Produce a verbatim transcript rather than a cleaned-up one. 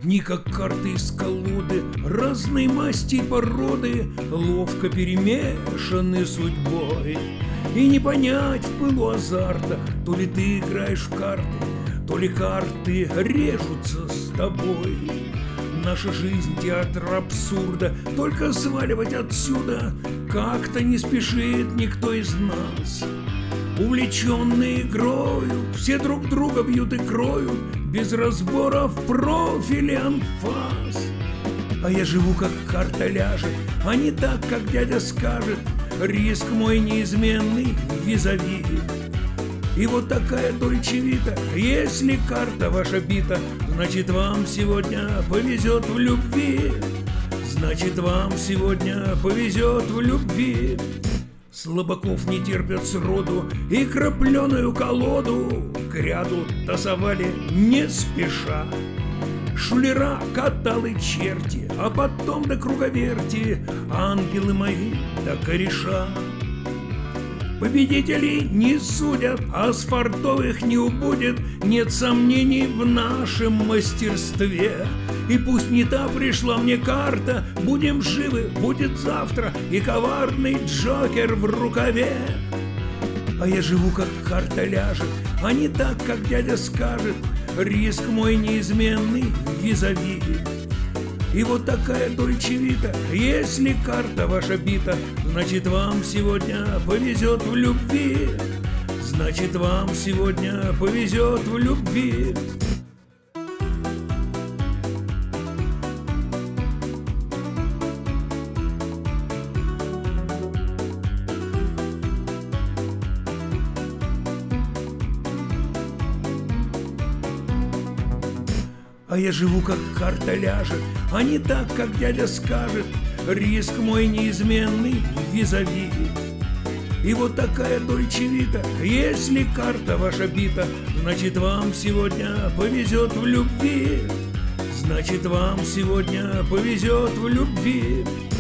Дни, как карты из колоды, разной масти и породы, ловко перемешаны судьбой. И не понять в пылу азарта, то ли ты играешь в карты, то ли карты режутся с тобой. Наша жизнь — театр абсурда, только сваливать отсюда как-то не спешит никто из нас. Увлеченные игрою, все друг друга бьют и кроют, без разбора в профиле анфас. А я живу, как карта ляжет, а не так, как дядя скажет. Риск мой неизменный визави. И вот такая Дольче Вита: если карта ваша бита, значит, вам сегодня повезет в любви. Значит, вам сегодня повезет в любви. Слабаков не терпят сроду, и крапленую колоду кряду тасовали не спеша. Шулера, каталы, черти, а потом до круговерти ангелы мои да кореша. Победителей не судят, а с фартовых не убудет. Нет сомнений в нашем мастерстве. И пусть не та пришла мне карта, будем живы, будет завтра и коварный Джокер в рукаве. А я живу, как карта ляжет, а не так, как дядя скажет. Риск мой неизменный визави. И вот такая Дольче Вита: если карта ваша бита, значит, вам сегодня повезет в любви. Значит, вам сегодня повезет в любви. А я живу, как карта ляжет, а не так, как дядя скажет. Риск мой неизменный визави. И вот такая Дольче Вита: если карта ваша бита, значит, вам сегодня повезет в любви. Значит, вам сегодня повезет в любви.